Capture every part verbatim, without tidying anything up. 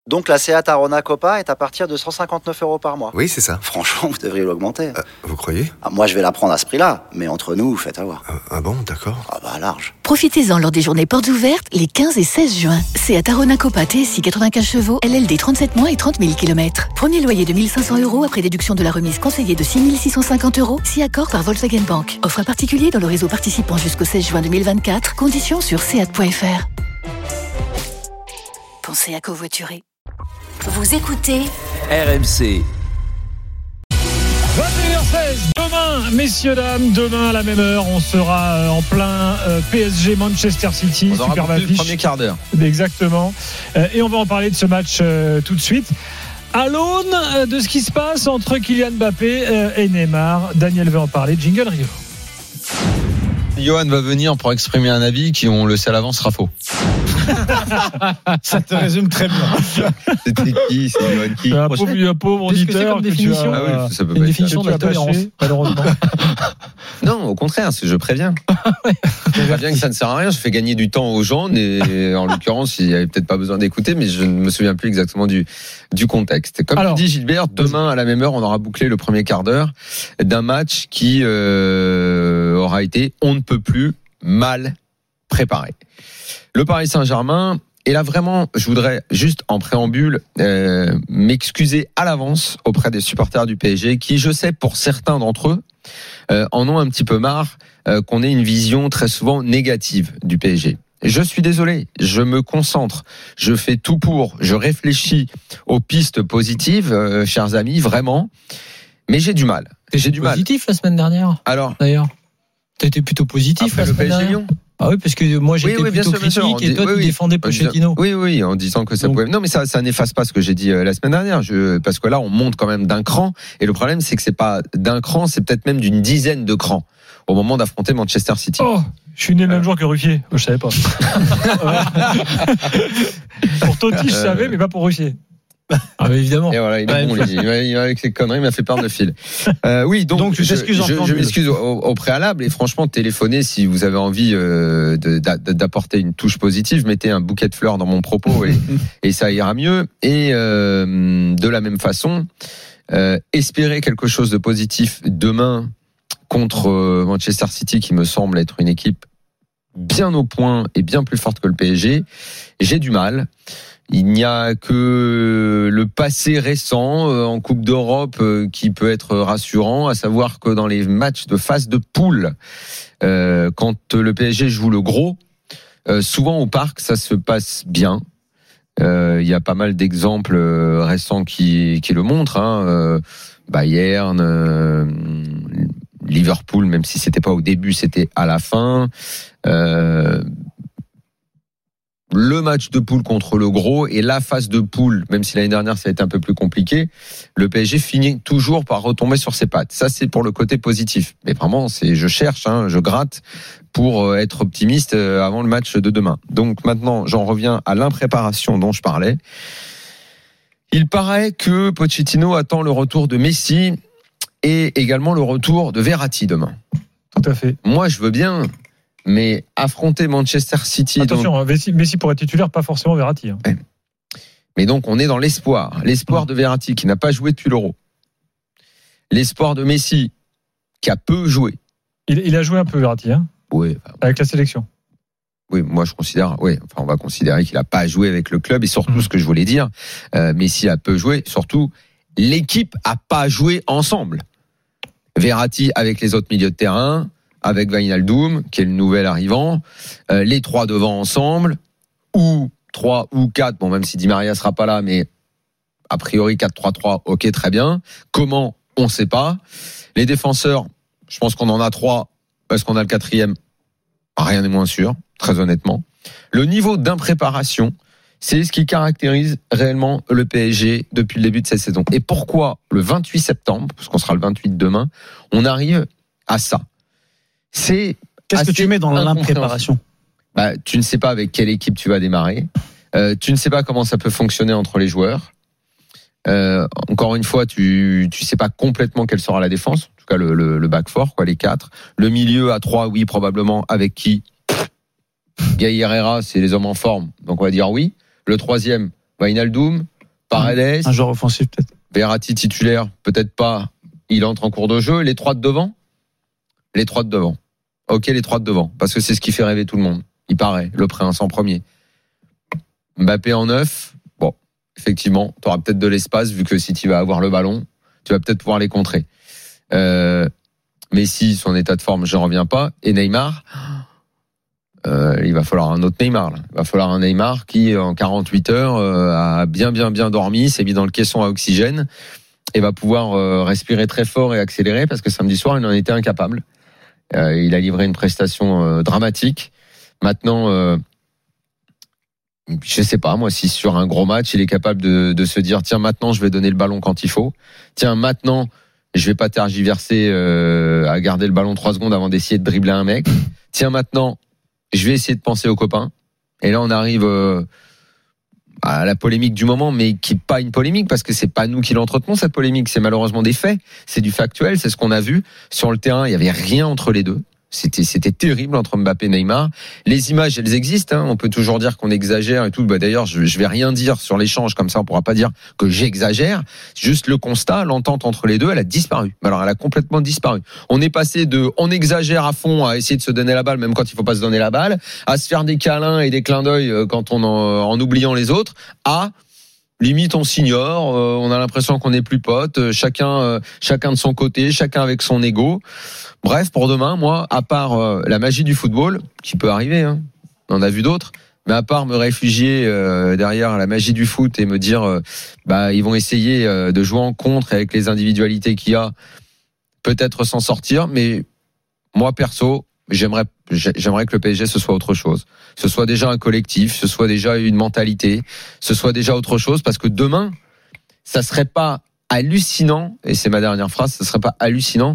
Donc la Seat Arona Copa est à partir de cent cinquante-neuf euros par mois. Oui, c'est ça. Franchement, vous devriez l'augmenter. Euh, vous croyez ? Ah, moi, je vais la prendre à ce prix-là, mais entre nous, faites avoir. Ah, ah bon, d'accord. Ah bah large. Profitez-en lors des journées portes ouvertes les quinze et seize juin. Seat Arona Copa T S I quatre-vingt-quinze chevaux, L L D trente-sept mois et trente mille kilomètres. Premier loyer de mille cinq cents euros après déduction de la remise conseillée de six mille six cent cinquante euros, si accord par Volkswagen Bank. Offre à particulier dans le réseau participant jusqu'au seize juin deux mille vingt-quatre. Conditions sur seat point f r. Pensez à covoiturer. Vous écoutez R M C. vingt et une heures seize, demain, messieurs, dames, demain à la même heure, on sera en plein P S G Manchester City. On aura superbe le affiche. premier quart d'heure. Exactement. Et on va en parler de ce match tout de suite. À l'aune de ce qui se passe entre Kylian Mbappé et Neymar, Daniel veut en parler. Jingle Rio. Johan va venir pour exprimer un avis qui, on le sait à l'avance, sera faux. Ça te résume très bien. C'était qui ? C'est Johan qui ? Un pauvre, un pauvre auditeur. Comme définition, ah oui, ça peut une pas définition de la tolérance, malheureusement. Non, au contraire, c'est je préviens. Je préviens que ça ne sert à rien. Je fais gagner du temps aux gens. Et en l'occurrence, il n'y avait peut-être pas besoin d'écouter, mais je ne me souviens plus exactement du, du contexte. Comme Alors, tu dis, Gilbert, demain à la même heure, on aura bouclé le premier quart d'heure d'un match qui euh, aura été, on ne peut plus, mal préparé. Le Paris Saint-Germain, et là vraiment, je voudrais juste en préambule euh, m'excuser à l'avance auprès des supporters du P S G qui, je sais, pour certains d'entre eux, euh, en ont un petit peu marre euh, qu'on ait une vision très souvent négative du P S G. Je suis désolé, je me concentre, je fais tout pour, je réfléchis aux pistes positives, euh, chers amis, vraiment, mais j'ai du mal. J'ai du mal. Positif la semaine dernière. Alors, d'ailleurs, t'étais plutôt positif après la le semaine P S G dernière. Lyon. Ah oui, parce que moi j'étais oui, oui, plutôt sûr, critique et toi oui, tu oui, défendais Pochettino. Oui, oui, en disant que ça Donc, pouvait. Non, mais ça, ça n'efface pas ce que j'ai dit la semaine dernière. Je, parce que là, on monte quand même d'un cran. Et le problème, c'est que c'est pas d'un cran, c'est peut-être même d'une dizaine de crans au moment d'affronter Manchester City. Oh, je suis né le même jour que Ruffier. Je savais pas. Pour Totti, je savais, mais pas pour Ruffier. Ah, mais évidemment. Et voilà, il est bon, il, il, avec ses conneries, il m'a fait perdre le fil. Euh, oui, donc, donc je, je, je, je m'excuse au, au préalable et franchement, téléphonez si vous avez envie euh, de, d'apporter une touche positive, mettez un bouquet de fleurs dans mon propos et, et ça ira mieux. Et euh, de la même façon, euh, espérer quelque chose de positif demain contre Manchester City, qui me semble être une équipe bien au point et bien plus forte que le P S G, j'ai du mal. Il n'y a que le passé récent en Coupe d'Europe qui peut être rassurant, à savoir que dans les matchs de phase de poule, euh, quand le P S G joue le gros, euh, souvent au parc, ça se passe bien. Euh, il y a pas mal d'exemples récents qui, qui le montrent. Hein. Euh, Bayern, euh, Liverpool, même si c'était pas au début, c'était à la fin. Euh, le match de poule contre le gros et la phase de poule, même si l'année dernière ça a été un peu plus compliqué, le P S G finit toujours par retomber sur ses pattes. Ça, c'est pour le côté positif. Mais vraiment, c'est, je cherche, hein, je gratte pour être optimiste avant le match de demain. Donc maintenant, j'en reviens à l'impréparation dont je parlais. Il paraît que Pochettino attend le retour de Messi et également le retour de Verratti demain. Tout à fait. Moi, je veux bien... Mais affronter Manchester City... Attention, donc... Messi, Messi pour être titulaire, pas forcément Verratti. Hein. Ouais. Mais donc, on est dans l'espoir. L'espoir de Verratti, qui n'a pas joué depuis l'Euro. L'espoir de Messi, qui a peu joué. Il, il a joué un peu, Verratti, hein oui. Enfin, avec la sélection. Oui, moi, je considère... Oui, enfin, on va considérer qu'il n'a pas joué avec le club. Et surtout, mmh. ce que je voulais dire, euh, Messi a peu joué. Surtout, l'équipe a pas joué ensemble. Verratti avec les autres milieux de terrain... avec Wijnaldum, qui est le nouvel arrivant, euh, les trois devant ensemble, ou trois ou quatre, bon, même si Di Maria sera pas là, mais a priori quatre trois trois, ok, très bien. Comment? On sait pas. Les défenseurs, je pense qu'on en a trois, parce qu'on a le quatrième, rien n'est moins sûr, très honnêtement. Le niveau d'impréparation, c'est ce qui caractérise réellement le P S G depuis le début de cette saison. Et pourquoi le vingt-huit septembre, parce qu'on sera le vingt-huit demain, on arrive à ça? C'est Qu'est-ce que tu mets dans l'impréparation? Bah, tu ne sais pas avec quelle équipe tu vas démarrer. Euh, tu ne sais pas comment ça peut fonctionner entre les joueurs. Euh, encore une fois, tu tu sais pas complètement quelle sera la défense. En tout cas, le, le, le back four, quoi, les quatre. Le milieu à trois, oui, probablement. Avec qui? Gay Herrera, c'est les hommes en forme. Donc, on va dire oui. Le troisième, Wijnaldum. Paredes. Un joueur offensif, peut-être. Verratti titulaire, peut-être pas. Il entre en cours de jeu. Les trois de devant. Les trois de devant. Ok, les trois de devant. Parce que c'est ce qui fait rêver tout le monde. Il paraît. Le Prince en premier. Mbappé en neuf. Bon, effectivement, tu auras peut-être de l'espace vu que si tu vas avoir le ballon, tu vas peut-être pouvoir les contrer. Euh, Messi, son état de forme, je ne reviens pas. Et Neymar, euh, il va falloir un autre Neymar. Là. Il va falloir un Neymar qui, en quarante-huit heures, euh, a bien, bien, bien dormi, s'est mis dans le caisson à oxygène et va pouvoir euh, respirer très fort et accélérer parce que samedi soir, il en était incapable. Euh, il a livré une prestation euh, dramatique. Maintenant, euh, je sais pas, moi, si sur un gros match, il est capable de, de se dire, tiens, maintenant, je vais donner le ballon quand il faut. Tiens, maintenant, je vais pas tergiverser euh, à garder le ballon trois secondes avant d'essayer de dribbler un mec. Tiens, maintenant, je vais essayer de penser aux copains. Et là, on arrive euh, à la polémique du moment, mais qui n'est pas une polémique, parce que c'est pas nous qui l'entretenons, cette polémique. C'est malheureusement des faits. C'est du factuel, c'est ce qu'on a vu. Sur le terrain, il y avait rien entre les deux. C'était, c'était terrible entre Mbappé et Neymar. Les images, elles existent. Hein. On peut toujours dire qu'on exagère et tout. Bah, d'ailleurs, je, je vais rien dire sur l'échange comme ça. On pourra pas dire que j'exagère. Juste le constat, l'entente entre les deux, elle a disparu. Alors, elle a complètement disparu. On est passé de, on exagère à fond à essayer de se donner la balle, même quand il faut pas se donner la balle, à se faire des câlins et des clins d'œil quand on en, en oubliant les autres, à limite on s'ignore, euh, on a l'impression qu'on n'est plus potes, euh, chacun, euh, chacun de son côté, chacun avec son ego. Bref, pour demain, moi, à part euh, la magie du football, qui peut arriver, hein, on en a vu d'autres, mais à part me réfugier euh, derrière la magie du foot et me dire, euh, bah ils vont essayer euh, de jouer en contre avec les individualités qu'il y a, peut-être s'en sortir, mais moi perso, j'aimerais, j'aimerais que le P S G ce soit autre chose. Ce soit déjà un collectif, ce soit déjà une mentalité, ce soit déjà autre chose, parce que demain, ça serait pas hallucinant, et c'est ma dernière phrase, ça serait pas hallucinant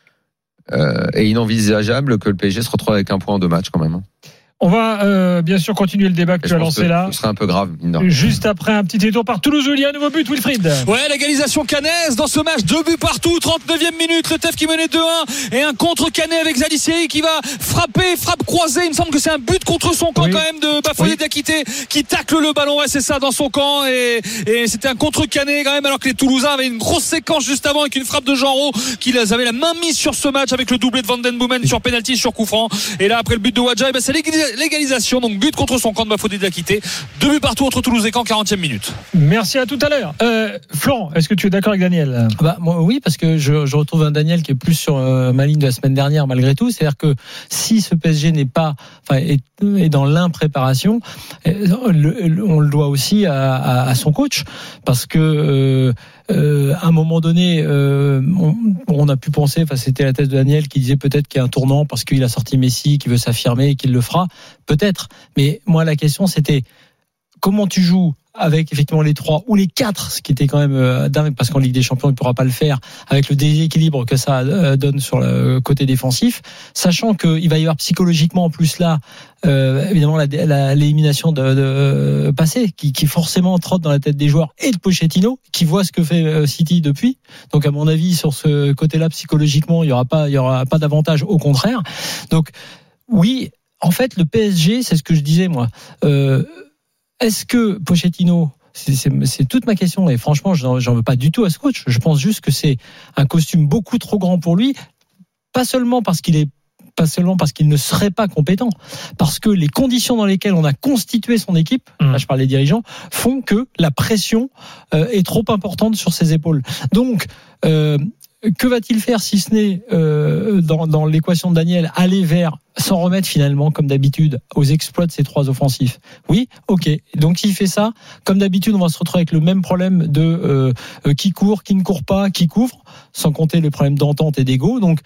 euh, et inenvisageable que le P S G se retrouve avec un point en deux matchs quand même. Hein. On va euh, bien sûr continuer le débat que et tu as lancé là. Ce serait un peu grave. Juste après un petit détour par Toulouse où il y a un nouveau but, Wilfried. Ouais, l'égalisation Cannes dans ce match, deux buts partout, trente-neuvième minute, le T E F qui menait deux un et un contre Canet avec Zalissieri qui va frapper, frappe croisée. Il me semble que c'est un but contre son camp oui. quand même de Bafodé oui. Diakité qui tacle le ballon. Ouais, c'est ça, dans son camp et, et c'était un contre Canet quand même, alors que les Toulousains avaient une grosse séquence juste avant avec une frappe de Genreau qui avaient la main mise sur ce match avec le doublé de Van Den Boomen sur penalty, sur coup franc. Et là après le but de Wadja, ben c'est l'égalisation, donc but contre son camp de Bafodé Diakité. Deux buts partout entre Toulouse et Caen, quarantième minute. Merci, à tout à l'heure. Euh, Florent, est-ce que tu es d'accord avec Daniel ? Bah moi oui, parce que je, je retrouve un Daniel qui est plus sur euh, ma ligne de la semaine dernière malgré tout. C'est-à-dire que si ce P S G n'est pas, enfin est, est dans l'impréparation, le, le, on le doit aussi à, à, à son coach, parce que euh, euh, à un moment donné, euh, on, on a pu penser, enfin c'était la thèse de Daniel qui disait peut-être qu'il y a un tournant parce qu'il a sorti Messi, qu'il veut s'affirmer et qu'il le fera, peut-être. Mais moi la question c'était comment tu joues avec effectivement les trois ou les quatre, ce qui était quand même euh, dingue parce qu'en Ligue des Champions il ne pourra pas le faire avec le déséquilibre que ça euh, donne sur le côté défensif, sachant qu'il va y avoir psychologiquement en plus là euh, évidemment la, la, l'élimination de, de passée qui, qui forcément trotte dans la tête des joueurs et de Pochettino qui voit ce que fait euh, City depuis. Donc à mon avis sur ce côté-là psychologiquement il y aura pas il y aura pas d'avantage, au contraire. Donc oui, en fait le P S G, c'est ce que je disais moi. Euh, Est-ce que Pochettino, c'est, c'est, c'est toute ma question et franchement, j'en, j'en veux pas du tout à ce coach. Je pense juste que c'est un costume beaucoup trop grand pour lui, pas seulement parce qu'il est, pas seulement parce qu'il ne serait pas compétent, parce que les conditions dans lesquelles on a constitué son équipe, mmh. là je parle des dirigeants, font que la pression euh, est trop importante sur ses épaules. Donc euh, que va-t-il faire si ce n'est euh, dans, dans l'équation de Daniel aller vers s'en remettre finalement comme d'habitude aux exploits de ces trois offensifs? Oui, ok. Donc s'il fait ça, comme d'habitude, on va se retrouver avec le même problème de euh, qui court, qui ne court pas, qui couvre, sans compter les problèmes d'entente et d'ego. Donc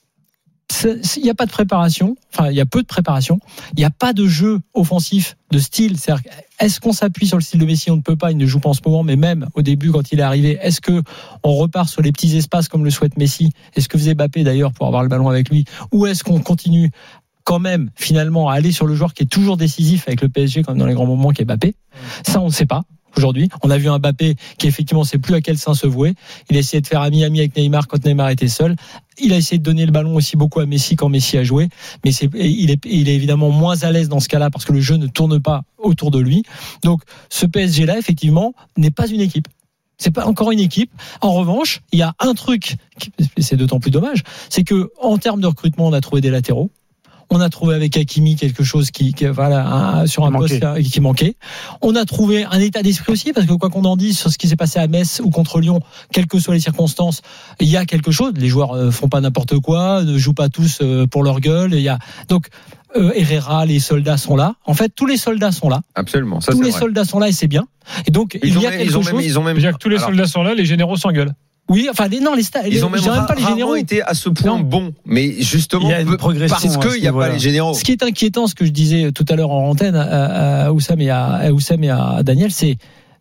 il n'y a pas de préparation, enfin il y a peu de préparation, il n'y a pas de jeu offensif de style, c'est-à-dire est-ce qu'on s'appuie sur le style de Messi? On ne peut pas, il ne joue pas en ce moment, mais même au début quand il est arrivé, est-ce que on repart sur les petits espaces comme le souhaite Messi? Est-ce que faisait Mbappé d'ailleurs pour avoir le ballon avec lui? Ou est-ce qu'on continue quand même finalement à aller sur le joueur qui est toujours décisif avec le P S G comme dans les grands moments, qui est Mbappé? Ça on ne sait pas. aujourd'hui. On a vu un Mbappé qui effectivement sait plus à quel sein se vouer. Il a essayé de faire ami-ami avec Neymar quand Neymar était seul. Il a essayé de donner le ballon aussi beaucoup à Messi quand Messi a joué. Mais c'est, il est, il est évidemment moins à l'aise dans ce cas-là parce que le jeu ne tourne pas autour de lui. Donc, ce P S G-là, effectivement, n'est pas une équipe. C'est pas encore une équipe. En revanche, il y a un truc, c'est d'autant plus dommage, c'est que, en termes de recrutement, on a trouvé des latéraux. On a trouvé avec Hakimi quelque chose qui, qui voilà, un, sur un poste qui manquait. On a trouvé un état d'esprit aussi, parce que quoi qu'on en dise sur ce qui s'est passé à Metz ou contre Lyon, quelles que soient les circonstances, il y a quelque chose. Les joueurs euh, font pas n'importe quoi, ne jouent pas tous euh, pour leur gueule. Il y a donc euh, Herrera, les soldats sont là. En fait, tous les soldats sont là. Absolument. Ça, tous c'est les vrai. soldats sont là et c'est bien. Et donc ils il y a même, quelque ils ont chose. Même, ils ont même. Déjà que tous les alors, soldats sont là, les généraux s'engueulent. Oui, enfin les, non les stars. Ils ont même, même pas les généraux été à ce point non. bons, mais justement il y a une progression parce que il y a pas les généraux. Ce qui est inquiétant, ce que je disais tout à l'heure en antenne à, à Oussam et à, à Oussam et à Daniel, c'est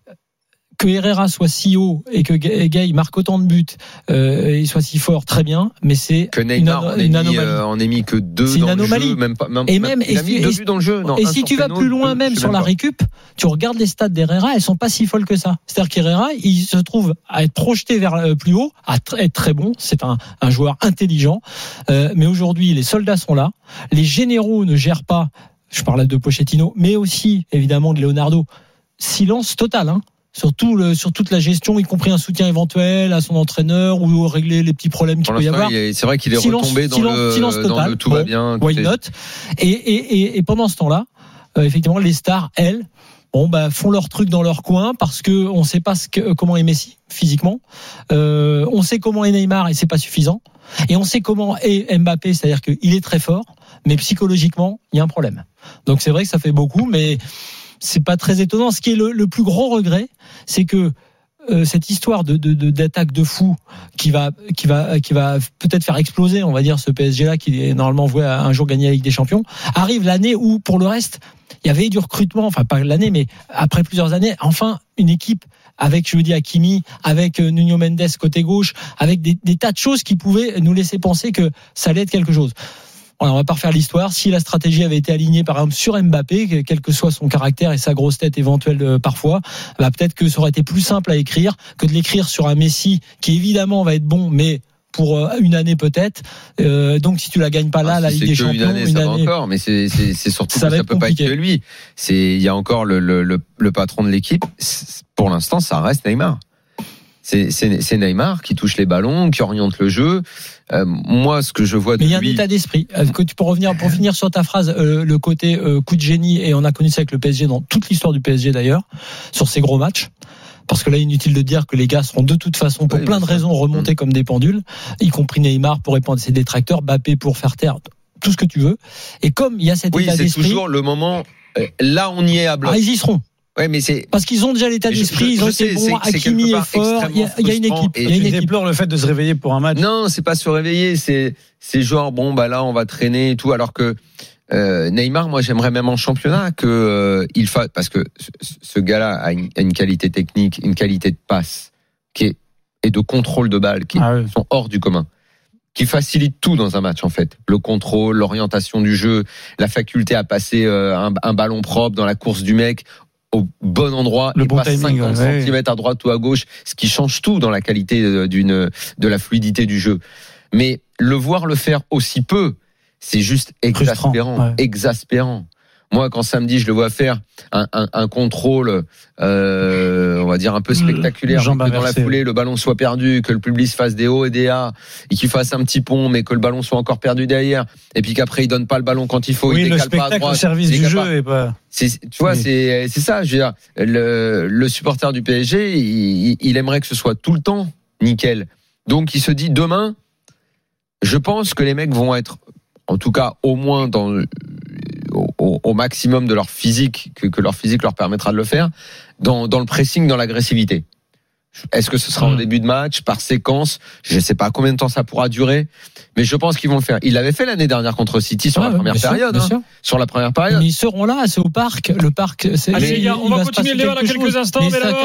que Herrera soit si haut et que Gay marque autant de buts, euh, il soit si fort, très bien, mais c'est que Neymar une, une on, anomalie. Euh, on est mis que deux c'est dans une anomalie. le jeu, même pas. Même, et même, il a mis et, deux buts dans le jeu. Non, et si tu vas péno, plus loin deux, même sur la pas. récup, tu regardes les stats d'Herrera, elles sont pas si folles que ça. C'est-à-dire qu'Herrera, il se trouve à être projeté vers euh, plus haut, à t- être très bon. C'est un, un joueur intelligent, euh, mais aujourd'hui les soldats sont là, les généraux ne gèrent pas. Je parlais de Pochettino, mais aussi évidemment de Leonardo. Silence total, hein. Sur, tout le, sur toute la gestion, y compris un soutien éventuel à son entraîneur ou régler les petits problèmes qu'il peut y avoir. Est, c'est vrai qu'il est silence, retombé dans, silence, le, silence total. dans le tout bon, va bien. Why not? Et, et, et, et pendant ce temps-là, euh, effectivement, les stars, elles, bon, bah, font leur truc dans leur coin parce que on sait pas ce que, comment est Messi physiquement. Euh, on sait comment est Neymar et c'est pas suffisant. Et on sait comment est Mbappé, c'est-à-dire qu'il est très fort, mais psychologiquement, il y a un problème. Donc c'est vrai que ça fait beaucoup, mais c'est pas très étonnant. Ce qui est le, le plus gros regret, c'est que euh, cette histoire de, de, de d'attaque de fou qui va qui va qui va peut-être faire exploser, on va dire, ce P S G là qui est normalement voué à un jour gagner la Ligue des Champions, arrive l'année où pour le reste il y avait du recrutement, enfin pas l'année, mais après plusieurs années, enfin une équipe avec, je veux dire, Hakimi, avec Nuno Mendes côté gauche, avec des, des tas de choses qui pouvaient nous laisser penser que ça allait être quelque chose. On va pas refaire l'histoire. Si la stratégie avait été alignée, par exemple, sur Mbappé, quel que soit son caractère et sa grosse tête éventuelle euh, parfois, bah, peut-être que ça aurait été plus simple à écrire que de l'écrire sur un Messi qui évidemment va être bon, mais pour euh, une année peut-être. Euh, donc si tu la gagnes pas là, ah, la si Ligue des Champions, une année, une ça année, va encore. Mais c'est, c'est, c'est surtout ça que ça peut compliqué. pas être que lui. C'est, il y a encore le, le, le, le patron de l'équipe. Pour l'instant, ça reste Neymar. C'est, c'est, c'est Neymar qui touche les ballons, qui oriente le jeu. Euh, moi, ce que je vois de mais il y a lui... un état d'esprit. Que tu peux revenir pour finir sur ta phrase, euh, le côté euh, coup de génie, et on a connu ça avec le P S G dans toute l'histoire du P S G d'ailleurs, sur ces gros matchs. Parce que là, inutile de dire que les gars seront de toute façon, pour oui, plein de ça. raisons, remontés mmh. comme des pendules, y compris Neymar pour répondre à ses détracteurs, Mbappé pour faire taire tout ce que tu veux. Et comme il y a cet oui, état c'est d'esprit, toujours le moment. Là, on y est à bloc. Ah, ils y seront. Ouais, mais c'est parce qu'ils ont déjà l'état d'esprit, je, je, ils ont été bons, Hakimi est fort, il y, a, il y a une équipe. Et il y a une tu équipe. déplores le fait de se réveiller pour un match. Non, c'est pas se réveiller, c'est c'est genre bon bah là on va traîner et tout, alors que euh, Neymar, moi j'aimerais même en championnat que euh, il fasse, parce que ce, ce gars-là a une, a une qualité technique, une qualité de passe qui est et de contrôle de balle qui ah oui. sont hors du commun, qui facilite tout dans un match en fait. Le contrôle, l'orientation du jeu, la faculté à passer euh, un, un ballon propre dans la course du mec au bon endroit, le et bon pas timing, cinquante ouais. centimètres à droite ou à gauche, ce qui change tout dans la qualité d'une de la fluidité du jeu. Mais le voir le faire aussi peu, c'est juste exaspérant, ouais. exaspérant. Moi, quand samedi je le vois faire un, un, un contrôle, euh, on va dire un peu spectaculaire, que dans la foulée le ballon soit perdu, que le public se fasse des hauts et des A, et qu'il fasse un petit pont, mais que le ballon soit encore perdu derrière, et puis qu'après il donne pas le ballon quand il faut, oui, il décale pas à droite, au service du jeu et pas. C'est, tu vois, oui. c'est c'est ça. Je veux dire, le, le supporter du P S G, il, il aimerait que ce soit tout le temps nickel. Donc il se dit demain, je pense que les mecs vont être, en tout cas au moins dans Au, au maximum de leur physique, que, que leur physique leur permettra de le faire, dans, dans le pressing, dans l'agressivité. Est-ce que ce sera mmh. en début de match, par séquence? Je ne sais pas combien de temps ça pourra durer, mais je pense qu'ils vont le faire. Ils l'avaient fait l'année dernière contre City sur ah, la première période. Sûr, hein, sur la première période. Mais ils seront là, c'est au parc. Le parc, c'est. Allez les gars, on va continuer le débat dans quelques chose, instants, mais, mais d'abord.